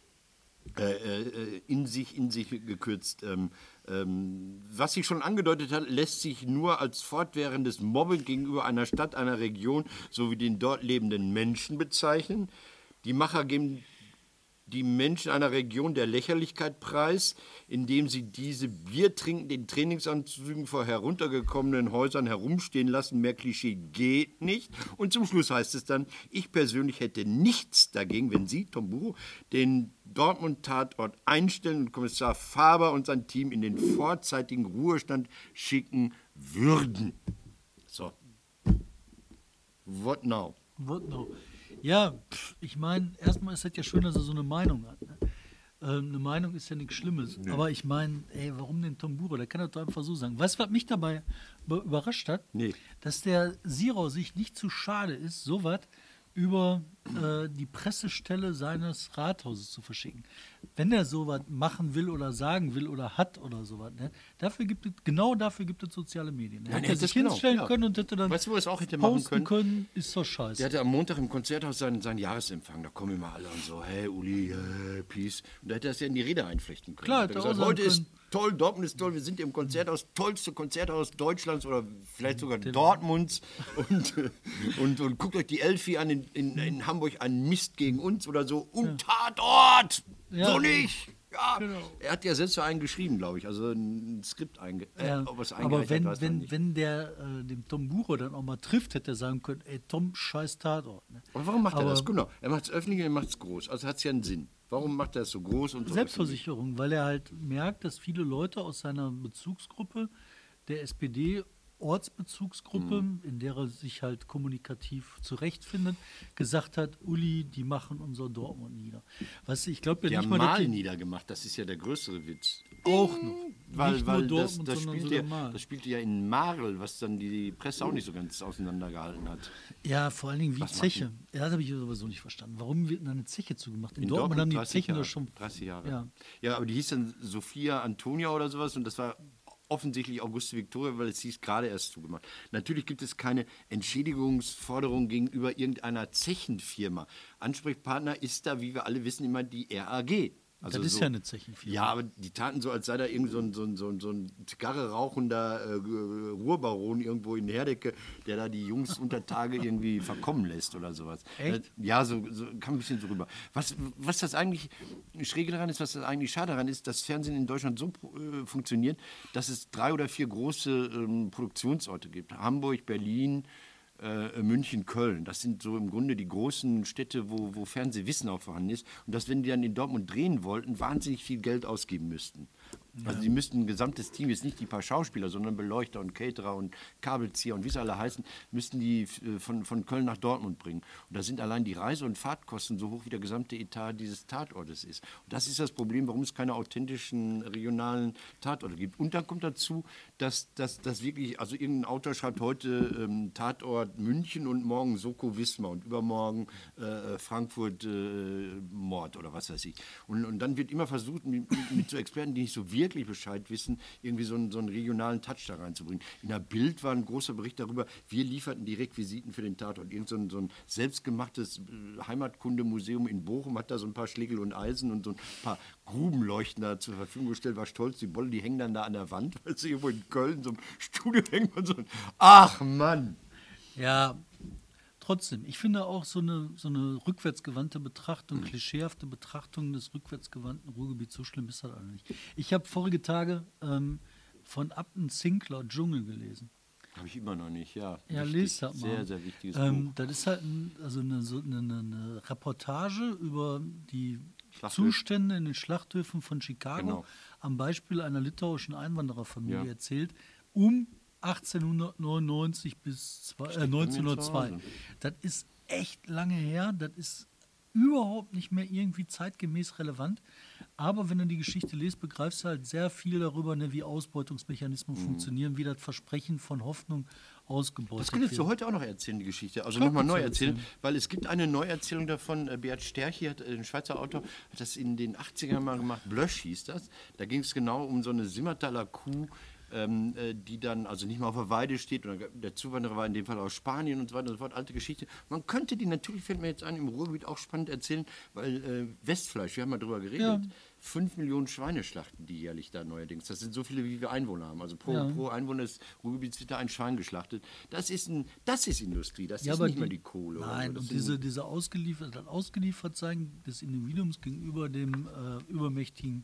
Speaker 3: Äh, äh, in sich, in sich gekürzt. Ähm, ähm, was sich schon angedeutet hat, lässt sich nur als fortwährendes Mobbing gegenüber einer Stadt, einer Region sowie den dort lebenden Menschen bezeichnen. Die Macher geben die Menschen einer Region der Lächerlichkeit preis, indem sie diese Bier trinken, den Trainingsanzügen vor heruntergekommenen Häusern herumstehen lassen. Mehr Klischee geht nicht. Und zum Schluss heißt es dann, ich persönlich hätte nichts dagegen, wenn Sie, Tomburo, den Dortmund-Tatort einstellen und Kommissar Faber und sein Team in den vorzeitigen Ruhestand schicken würden. So. What now?
Speaker 2: What no? Ja, pff, ich meine, erstmal ist das ja schön, dass er so eine Meinung hat. Ne? Ähm, eine Meinung ist ja nichts Schlimmes. Aber ich meine, ey, warum den Tomburo? Der kann das doch einfach so sagen. Weißt du, was mich dabei be- überrascht hat?
Speaker 3: Nee.
Speaker 2: Dass der Sirau sich nicht zu schade ist, sowas über äh, die Pressestelle seines Rathauses zu verschicken. Wenn er sowas machen will oder sagen will oder hat oder sowas, ne? Dafür gibt es, genau dafür gibt es soziale Medien. Er
Speaker 3: Ja,
Speaker 2: hätte
Speaker 3: nee,
Speaker 2: sich
Speaker 3: das genau,
Speaker 2: hinstellen
Speaker 3: ja.
Speaker 2: können und hätte dann
Speaker 3: Weißt du, wo er es auch hätte machen
Speaker 2: posten
Speaker 3: können?
Speaker 2: können, ist doch scheiße.
Speaker 3: Der hatte am Montag im Konzerthaus seinen, seinen Jahresempfang. Da kommen immer alle und so, hey Uli, hey, peace. Und da hätte er es ja in die Rede einflechten können.
Speaker 2: Klar,
Speaker 3: Hat er
Speaker 2: hätte er
Speaker 3: gesagt,
Speaker 2: auch sagen
Speaker 3: heute ist
Speaker 2: können.
Speaker 3: toll, Dortmund ist toll, wir sind im Konzerthaus, tollste Konzerthaus Deutschlands oder vielleicht sogar Dortmunds. Und, äh, und, und guckt euch die Elfi an in, in, in Hamburg, ein Mist gegen uns oder so. Und Tatort!
Speaker 2: Ja.
Speaker 3: So nicht! Ja,
Speaker 2: Genau.
Speaker 3: er hat ja selbst so einen geschrieben, glaube ich, also ein Skript einge äh,
Speaker 2: Ja,
Speaker 3: ob er es
Speaker 2: aber
Speaker 3: eingereicht
Speaker 2: wenn,
Speaker 3: hat, weiß man
Speaker 2: wenn,
Speaker 3: nicht.
Speaker 2: wenn der äh, dem Tom Buro dann auch mal trifft, hätte er sagen können, ey Tom, scheiß Tatort. Ne?
Speaker 3: Aber warum macht er
Speaker 2: Aber
Speaker 3: das? Genau. Er macht es öffentlich und er macht es groß. Also hat es ja einen Sinn. Warum macht er es so groß und so?
Speaker 2: Selbstversicherung, weil er halt merkt, dass viele Leute aus seiner Bezugsgruppe der S P D Ortsbezugsgruppe,
Speaker 3: Mhm.
Speaker 2: in der er sich halt kommunikativ zurechtfindet, gesagt hat, Uli, die machen unser Dortmund nieder. Weißt du, ich glaube
Speaker 3: Die
Speaker 2: ja
Speaker 3: haben
Speaker 2: nicht mal, dass
Speaker 3: mal
Speaker 2: die
Speaker 3: niedergemacht, das ist ja der größere Witz.
Speaker 2: auch noch,
Speaker 3: Weil,
Speaker 2: nicht
Speaker 3: weil
Speaker 2: nur
Speaker 3: das,
Speaker 2: Dortmund,
Speaker 3: das,
Speaker 2: sondern
Speaker 3: spielte
Speaker 2: sogar
Speaker 3: ja,
Speaker 2: mal.
Speaker 3: das spielte ja in Marl, was dann die Presse auch nicht so ganz auseinandergehalten hat.
Speaker 2: Ja, vor allen Dingen wie
Speaker 3: Was
Speaker 2: Zeche. Ja, das habe ich sowieso nicht verstanden. Warum wird denn eine Zeche zugemacht? In,
Speaker 3: In
Speaker 2: Dortmund, haben die
Speaker 3: dreißig
Speaker 2: Zechen
Speaker 3: Jahre,
Speaker 2: doch schon.
Speaker 3: dreißig Jahre.
Speaker 2: Ja.
Speaker 3: Ja, aber die hieß dann Sophia Antonia oder sowas und das war offensichtlich Auguste Victoria, weil es hieß gerade erst zugemacht. Natürlich gibt es keine Entschädigungsforderung gegenüber irgendeiner Zechenfirma. Ansprechpartner ist da, wie wir alle wissen, immer die R A G. Also
Speaker 2: Das ist
Speaker 3: so,
Speaker 2: ja eine Zechenfirma.
Speaker 3: Ja, aber die taten so, als sei da irgend so ein, so ein, so ein, so ein Zigarre rauchender äh, Ruhrbaron irgendwo in Herdecke, der da die Jungs unter Tage irgendwie verkommen lässt oder sowas.
Speaker 2: Echt?
Speaker 3: Äh, Ja, so, so kam ein bisschen so rüber. Was, was das eigentlich schräg daran ist, was das eigentlich schade daran ist, dass Fernsehen in Deutschland so äh, funktioniert, dass es drei oder vier große ähm, Produktionsorte gibt. Hamburg, Berlin, äh, München, Köln. Das sind so im Grunde die großen Städte, wo, wo Fernsehwissen auch vorhanden ist. Und dass, wenn die dann in Dortmund drehen wollten, wahnsinnig viel Geld ausgeben müssten. Also die müssten ein gesamtes Team, jetzt nicht die paar Schauspieler, sondern Beleuchter und Caterer und Kabelzieher und wie sie alle heißen, müssten die äh, von, von Köln nach Dortmund bringen. Und da sind allein die Reise- und Fahrtkosten so hoch, wie der gesamte Etat dieses Tatortes ist. Und das ist das Problem, warum es keine authentischen regionalen Tatorte gibt. Und dann kommt dazu, dass das wirklich, also irgendein Autor schreibt heute ähm, Tatort München und morgen Soko Wismar und übermorgen äh, Frankfurt äh, Mord oder was weiß ich. Und, und dann wird immer versucht, mit, mit so Experten, die nicht so wirklich Bescheid wissen, irgendwie so einen, so einen regionalen Touch da reinzubringen. In der Bild war ein großer Bericht darüber, wir lieferten die Requisiten für den Tatort. Irgend so ein, so ein selbstgemachtes äh, Heimatkundemuseum in Bochum hat da so ein paar Schlegel und Eisen und so ein paar Grubenleuchten da zur Verfügung gestellt, war stolz, die Bolle, die hängen dann da an der Wand, weil sie irgendwo in Köln so im Studio hängt man so, ach Mann!
Speaker 2: Ja, trotzdem, ich finde auch so eine, so eine rückwärtsgewandte Betrachtung,
Speaker 3: Mhm.
Speaker 2: klischeehafte Betrachtung des rückwärtsgewandten Ruhrgebiets, so schlimm ist das eigentlich nicht. Ich habe vorige Tage ähm, von Upton Sinclair Dschungel gelesen.
Speaker 3: Habe ich immer noch nicht, ja.
Speaker 2: Ja,
Speaker 3: Wichtig,
Speaker 2: lest das mal.
Speaker 3: Sehr, sehr wichtiges
Speaker 2: ähm,
Speaker 3: Buch.
Speaker 2: Das ist halt ein, also eine, so eine, eine, eine Reportage über die
Speaker 3: Schlachthöfe.
Speaker 2: Zustände in den Schlachthöfen von Chicago
Speaker 3: Genau.
Speaker 2: am Beispiel einer litauischen Einwandererfamilie
Speaker 3: Ja.
Speaker 2: erzählt, um achtzehnhundertneunundneunzig bis zwei, äh, neunzehnhundertzwei.
Speaker 3: zu Hause.
Speaker 2: Das ist echt lange her, das ist überhaupt nicht mehr irgendwie zeitgemäß relevant. Aber wenn du die Geschichte liest, begreifst du halt sehr viel darüber, ne, wie Ausbeutungsmechanismen
Speaker 3: Mhm.
Speaker 2: funktionieren, wie das Versprechen von Hoffnung ausgebeutet
Speaker 3: Das könntest
Speaker 2: wird.
Speaker 3: du heute auch noch erzählen, die Geschichte. Also
Speaker 2: Klar
Speaker 3: nochmal
Speaker 2: kannst
Speaker 3: neu
Speaker 2: du
Speaker 3: erzählen,
Speaker 2: erzählen.
Speaker 3: weil es gibt eine Neuerzählung davon. äh, Beat Sterchi, hat, äh, ein Schweizer Autor, hat das in den achtzigern mal gemacht. Blösch hieß das. Da ging es genau um so eine Simmertaler Kuh, ähm, äh, die dann also nicht mehr auf der Weide steht. Oder der Zuwanderer war in dem Fall aus Spanien und so weiter und so fort. Alte Geschichte. Man könnte die, natürlich fällt mir jetzt ein, im Ruhrgebiet auch spannend erzählen, weil äh, Westfleisch, wir haben mal drüber geredet.
Speaker 2: Ja.
Speaker 3: Fünf Millionen Schweine schlachten die jährlich da neuerdings. Das sind so viele, wie wir Einwohner haben. Also pro,
Speaker 2: Ja.
Speaker 3: pro Einwohner des Ruhrgebiets wird da ein Schwein geschlachtet. Das ist, ein, das ist Industrie, das
Speaker 2: Ja,
Speaker 3: ist
Speaker 2: aber
Speaker 3: nicht
Speaker 2: die,
Speaker 3: mehr die Kohle. oder
Speaker 2: Nein,
Speaker 3: so. Das
Speaker 2: und
Speaker 3: sind-
Speaker 2: diese, diese ausgeliefert, das Ausgeliefertsein des Individuums gegenüber dem äh, übermächtigen,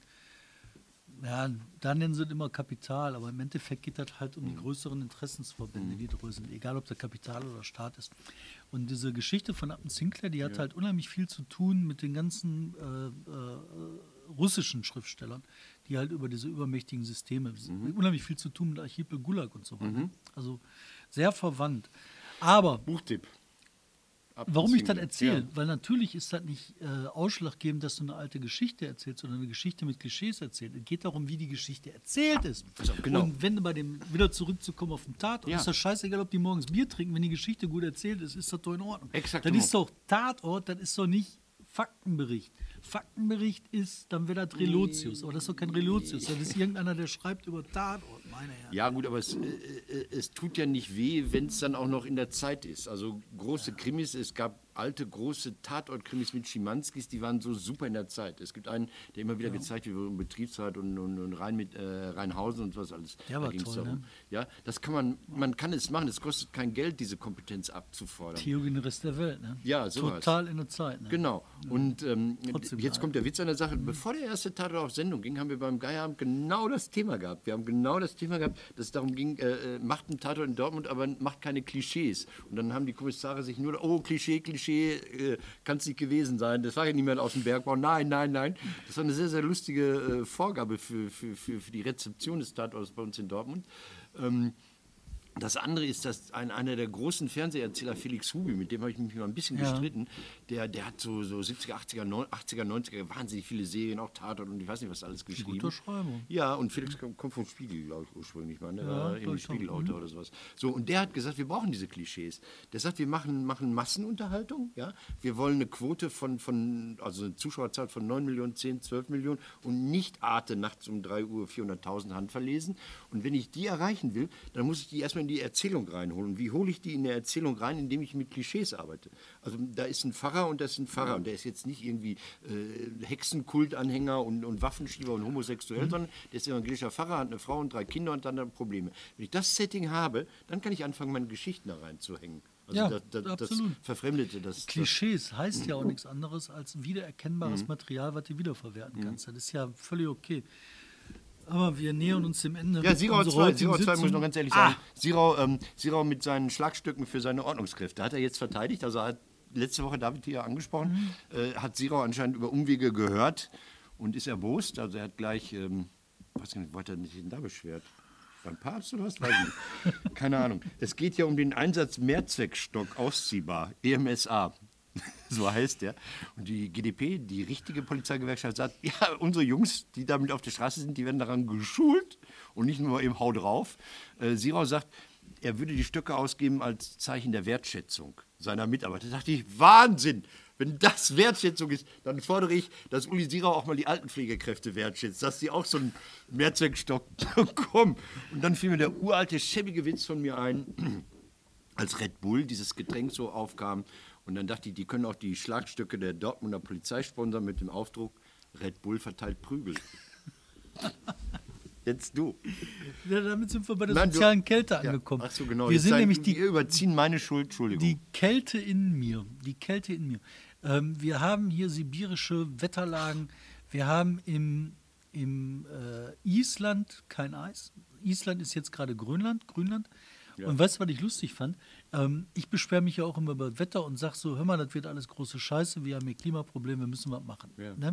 Speaker 2: ja, da nennen sie es immer Kapital, aber im Endeffekt geht das halt um
Speaker 3: Mhm.
Speaker 2: die größeren Interessensverbände, die drüber sind, egal ob der Kapital oder Staat ist. Und diese Geschichte von Upton Sinclair, die hat halt unheimlich viel zu tun mit den ganzen äh, äh, russischen Schriftstellern, die halt über diese übermächtigen Systeme,
Speaker 3: Mhm.
Speaker 2: unheimlich viel zu tun mit Archipel Gulag und so weiter. Also sehr verwandt. Aber
Speaker 3: Buchtipp. Ab
Speaker 2: warum ich das
Speaker 3: Sinclair.
Speaker 2: erzähle?
Speaker 3: Ja.
Speaker 2: Weil natürlich ist das nicht äh, ausschlaggebend, dass du eine alte Geschichte erzählst, sondern eine Geschichte mit Klischees erzählst. Es geht darum, wie die Geschichte erzählt ist.
Speaker 3: pass auf, genau.
Speaker 2: Und wenn du bei dem, wieder zurückzukommen auf den Tatort,
Speaker 3: Ja.
Speaker 2: ist das scheißegal, ob die morgens Bier trinken, wenn die Geschichte gut erzählt ist, ist das doch in Ordnung.
Speaker 3: Exakt
Speaker 2: Das
Speaker 3: genau.
Speaker 2: ist doch Tatort, das ist doch nicht Faktenbericht. Faktenbericht ist, dann wäre das Relotius, aber das ist doch kein Relotius, das ist irgendeiner, der schreibt über Tatort, meine Herren.
Speaker 3: Ja gut, aber es, äh, äh, es tut ja nicht weh, wenn es dann auch noch in der Zeit ist. Also große Krimis, es gab alte, große Tatort-Krimis mit Schimanskis, die waren so super in der Zeit. Es gibt einen, der immer wieder gezeigt wird, um Betriebsrat und, und, und Rhein mit, äh, Rheinhausen und was alles.
Speaker 2: Der
Speaker 3: Da
Speaker 2: war
Speaker 3: ging's
Speaker 2: toll,
Speaker 3: darum.
Speaker 2: ne?
Speaker 3: Ja, das kann man, man kann es machen, es kostet kein Geld, diese Kompetenz abzufordern.
Speaker 2: Theogen Rest der Welt, ne?
Speaker 3: Ja, sowas.
Speaker 2: Total in der Zeit, ne?
Speaker 3: Genau. Und ähm,
Speaker 2: Trotzdem
Speaker 3: jetzt
Speaker 2: geil.
Speaker 3: kommt der Witz an der Sache. Bevor der erste Tatort auf Sendung ging, haben wir beim Geierabend genau das Thema gehabt. Wir haben genau das Thema gehabt, dass es darum ging, äh, äh, macht einen Tatort in Dortmund, aber macht keine Klischees. Und dann haben die Kommissare sich nur, oh, Klischee, Klischee, äh, kann es nicht gewesen sein. Das war ja niemand aus dem Bergbau. Nein, nein, nein. Das war eine sehr, sehr lustige äh, Vorgabe für, für, für, für die Rezeption des Tatorts bei uns in Dortmund. Ähm, Das andere ist, dass ein, einer der großen Fernseherzähler, Felix Hubi, mit dem habe ich mich mal ein bisschen
Speaker 2: Ja.
Speaker 3: gestritten, der, der hat so, so siebziger, achtziger, achtziger, neunziger wahnsinnig viele Serien, auch Tatort und ich weiß nicht, was alles geschrieben.
Speaker 2: Guter Schreiber.
Speaker 3: Ja, und Felix kommt kommt vom Spiegel, glaube ich, ursprünglich mal. Der
Speaker 2: Ja,
Speaker 3: war
Speaker 2: glaub
Speaker 3: irgendwie
Speaker 2: ich auch.
Speaker 3: Spiegelautor oder sowas. So, und der hat gesagt, wir brauchen diese Klischees. Der sagt, wir machen, machen Massenunterhaltung, ja. Wir wollen eine Quote von, von, also eine Zuschauerzahl von neun Millionen, zehn, zwölf Millionen und nicht Arte nachts um drei Uhr vierhunderttausend handverlesen. Und wenn ich die erreichen will, dann muss ich die erstmal in die Erzählung reinholen. Und wie hole ich die in der Erzählung rein, indem ich mit Klischees arbeite? Also da ist ein Pfarrer und das ist ein Pfarrer. Und der ist jetzt nicht irgendwie äh, Hexenkultanhänger und, und Waffenschieber und homosexuell,
Speaker 2: Mhm.
Speaker 3: sondern der ist evangelischer Pfarrer, hat eine Frau und drei Kinder und dann hat Probleme. Wenn ich das Setting habe, dann kann ich anfangen, meine Geschichten da reinzuhängen. Also
Speaker 2: Ja,
Speaker 3: das, das, das
Speaker 2: absolut.
Speaker 3: Verfremdete, das, das
Speaker 2: Klischees heißt ja auch nichts anderes als wiedererkennbares
Speaker 3: Mhm.
Speaker 2: Material, was du wiederverwerten kannst. Das ist ja völlig okay. Aber wir nähern uns dem Ende.
Speaker 3: Ja, Sirau
Speaker 2: unserer
Speaker 3: zwei,
Speaker 2: heutigen
Speaker 3: Sirau zwei muss ich
Speaker 2: Sitzung.
Speaker 3: noch ganz ehrlich
Speaker 2: Ah,
Speaker 3: sagen. Sirau, ähm, Sirau mit seinen Schlagstücken für seine Ordnungskräfte hat er jetzt verteidigt. Also hat letzte Woche David hier angesprochen,
Speaker 2: Mhm.
Speaker 3: äh, hat Sirau anscheinend über Umwege gehört und ist erbost. Also er hat gleich, ähm, weiß nicht, wo hat er sich denn da beschwert? Beim Papst oder was? Weiß ich nicht. Keine Ahnung. Es geht ja um den Einsatz Mehrzweckstock ausziehbar, E M S A. So heißt der. Und die G D P, die richtige Polizeigewerkschaft, sagt, ja, unsere Jungs, die damit auf der Straße sind, die werden daran geschult und nicht nur eben Hau drauf. Äh, Sirau sagt, er würde die Stöcke ausgeben als Zeichen der Wertschätzung seiner Mitarbeiter. Da dachte ich, Wahnsinn! Wenn das Wertschätzung ist, dann fordere ich, dass Uli Sirau auch mal die Altenpflegekräfte wertschätzt, dass sie auch so einen Mehrzweckstock bekommen. Und dann fiel mir der uralte, schäbige Witz von mir ein, als Red Bull dieses Getränk so aufkam. Und dann dachte ich, die können auch die Schlagstücke der Dortmunder Polizei sponsern mit dem Aufdruck, Red Bull verteilt Prügel. Jetzt du.
Speaker 2: ja, damit sind wir bei der
Speaker 3: Nein, du-
Speaker 2: sozialen Kälte
Speaker 3: Ja,
Speaker 2: angekommen.
Speaker 3: ach so, genau.
Speaker 2: Wir
Speaker 3: Jetzt
Speaker 2: sind
Speaker 3: sei-
Speaker 2: nämlich die,
Speaker 3: wir überziehen meine Schuld, Entschuldigung.
Speaker 2: die Kälte in mir. Die Kälte in mir. Ähm, wir haben hier sibirische Wetterlagen. Wir haben im, im äh, Island kein Eis. Island ist jetzt gerade Grönland. Grönland. Und weißt du, was ich lustig fand? Ähm, ich beschwere mich ja auch immer über das Wetter und sage so, hör mal, das wird alles große Scheiße, wir haben hier Klimaprobleme, wir müssen was machen.
Speaker 3: Ja.
Speaker 2: Ne?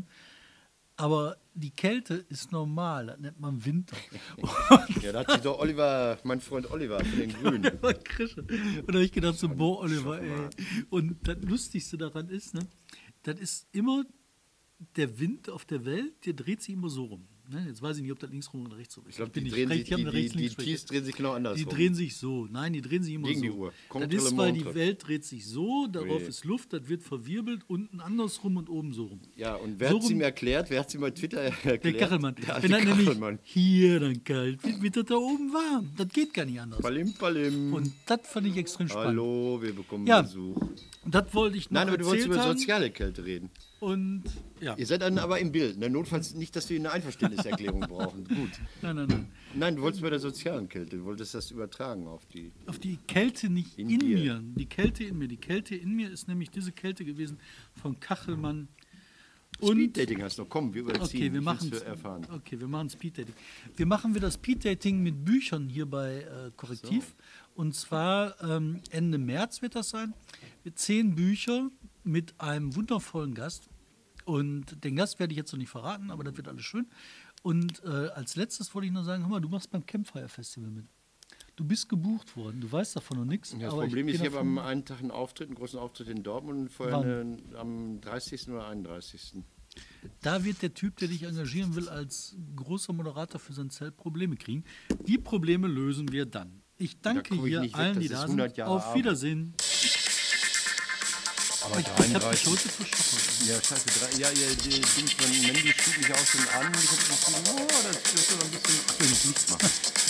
Speaker 2: Aber die Kälte ist normal, das nennt man Winter.
Speaker 3: Ja, da hat sich doch Oliver, mein Freund Oliver von den Grünen.
Speaker 2: Und da habe ich gedacht, so, boah, Oliver, ey. Und das Lustigste daran ist, ne, das ist immer der Wind auf der Welt, der dreht sich immer so rum. Ne? Jetzt weiß ich nicht, ob das links rum oder rechts rum ist.
Speaker 3: Ich glaube,
Speaker 2: bin
Speaker 3: die,
Speaker 2: nicht
Speaker 3: drehen
Speaker 2: recht,
Speaker 3: sich,
Speaker 2: ich habe
Speaker 3: die,
Speaker 2: eine
Speaker 3: die,
Speaker 2: rechts
Speaker 3: die
Speaker 2: links
Speaker 3: Tiefs drehen sich genau andersrum.
Speaker 2: Die drehen sich so. Nein, die drehen sich immer
Speaker 3: Gegen
Speaker 2: so.
Speaker 3: die Uhr.
Speaker 2: Das
Speaker 3: Contre
Speaker 2: ist,
Speaker 3: le
Speaker 2: weil die
Speaker 3: montre.
Speaker 2: Welt dreht sich so, darauf
Speaker 3: Ui.
Speaker 2: ist Luft, das wird verwirbelt, unten andersrum und oben so rum.
Speaker 3: Ja, und wer
Speaker 2: So
Speaker 3: hat es
Speaker 2: rum-
Speaker 3: ihm erklärt? Wer hat es ihm bei Twitter erklärt?
Speaker 2: Der Kachelmann.
Speaker 3: Der alte
Speaker 2: Wenn dann nämlich
Speaker 3: Kachelmann.
Speaker 2: hier dann kalt wird, wird das da oben warm. Das geht gar nicht anders.
Speaker 3: Palim, palim.
Speaker 2: Und das fand ich extrem spannend.
Speaker 3: Hallo, wir bekommen
Speaker 2: Ja.
Speaker 3: Besuch.
Speaker 2: Das wollte ich noch
Speaker 3: Nein, aber du wolltest
Speaker 2: erzählt
Speaker 3: über
Speaker 2: haben.
Speaker 3: soziale Kälte reden.
Speaker 2: Und ja,
Speaker 3: Ihr seid dann aber im Bild. Ne? Notfalls nicht, dass wir eine Einverständniserklärung brauchen. Gut.
Speaker 2: nein, nein, nein.
Speaker 3: Nein, du wolltest bei der sozialen Kälte. Du wolltest das übertragen auf die.
Speaker 2: Auf die Kälte nicht
Speaker 3: In
Speaker 2: in,
Speaker 3: dir.
Speaker 2: mir. Die Kälte in mir. Die Kälte in mir ist nämlich diese Kälte gewesen von Kachelmann. Und
Speaker 3: Speeddating hast du noch. Komm, wir überziehen.
Speaker 2: okay, wir
Speaker 3: Ich will's
Speaker 2: machen
Speaker 3: für erfahren.
Speaker 2: Okay, wir machen Speeddating. Wir machen wieder Speeddating mit Büchern hier bei äh, Korrektiv. Und zwar ähm, Ende März wird das sein. Mit zehn Bücher mit einem wundervollen Gast. Und den Gast werde ich jetzt noch nicht verraten, aber das wird alles schön. Und äh, als letztes wollte ich nur sagen, hör mal, du machst beim Campfire Festival mit. Du bist gebucht worden, du weißt davon noch nichts.
Speaker 3: Ja, das
Speaker 2: aber
Speaker 3: Problem
Speaker 2: ich
Speaker 3: ist,
Speaker 2: gehe
Speaker 3: ich habe
Speaker 2: davon-
Speaker 3: am einen Tag einen Auftritt, einen großen Auftritt in Dortmund und vorher
Speaker 2: Wann?
Speaker 3: eine, am dreißigsten oder einunddreißigsten
Speaker 2: Da wird der Typ, der dich engagieren will, als großer Moderator für sein Zelt Probleme kriegen. Die Probleme lösen wir dann. Ich danke
Speaker 3: komm ich
Speaker 2: hier
Speaker 3: nicht weg,
Speaker 2: allen,
Speaker 3: das
Speaker 2: die
Speaker 3: ist
Speaker 2: da
Speaker 3: hundert
Speaker 2: sind.
Speaker 3: Jahre
Speaker 2: Auf
Speaker 3: Arbeit.
Speaker 2: Wiedersehen.
Speaker 3: Aber
Speaker 2: Ich, ich habe mich
Speaker 3: dreiunddreißig.
Speaker 2: heute verschafft.
Speaker 3: Ja, scheiße. Drei, ja, ja, die Dings von Mandy spielt mich auch schon an. Und ich habe geschrieben, oh, das ist so ein bisschen. Ach, ich muss nichts machen.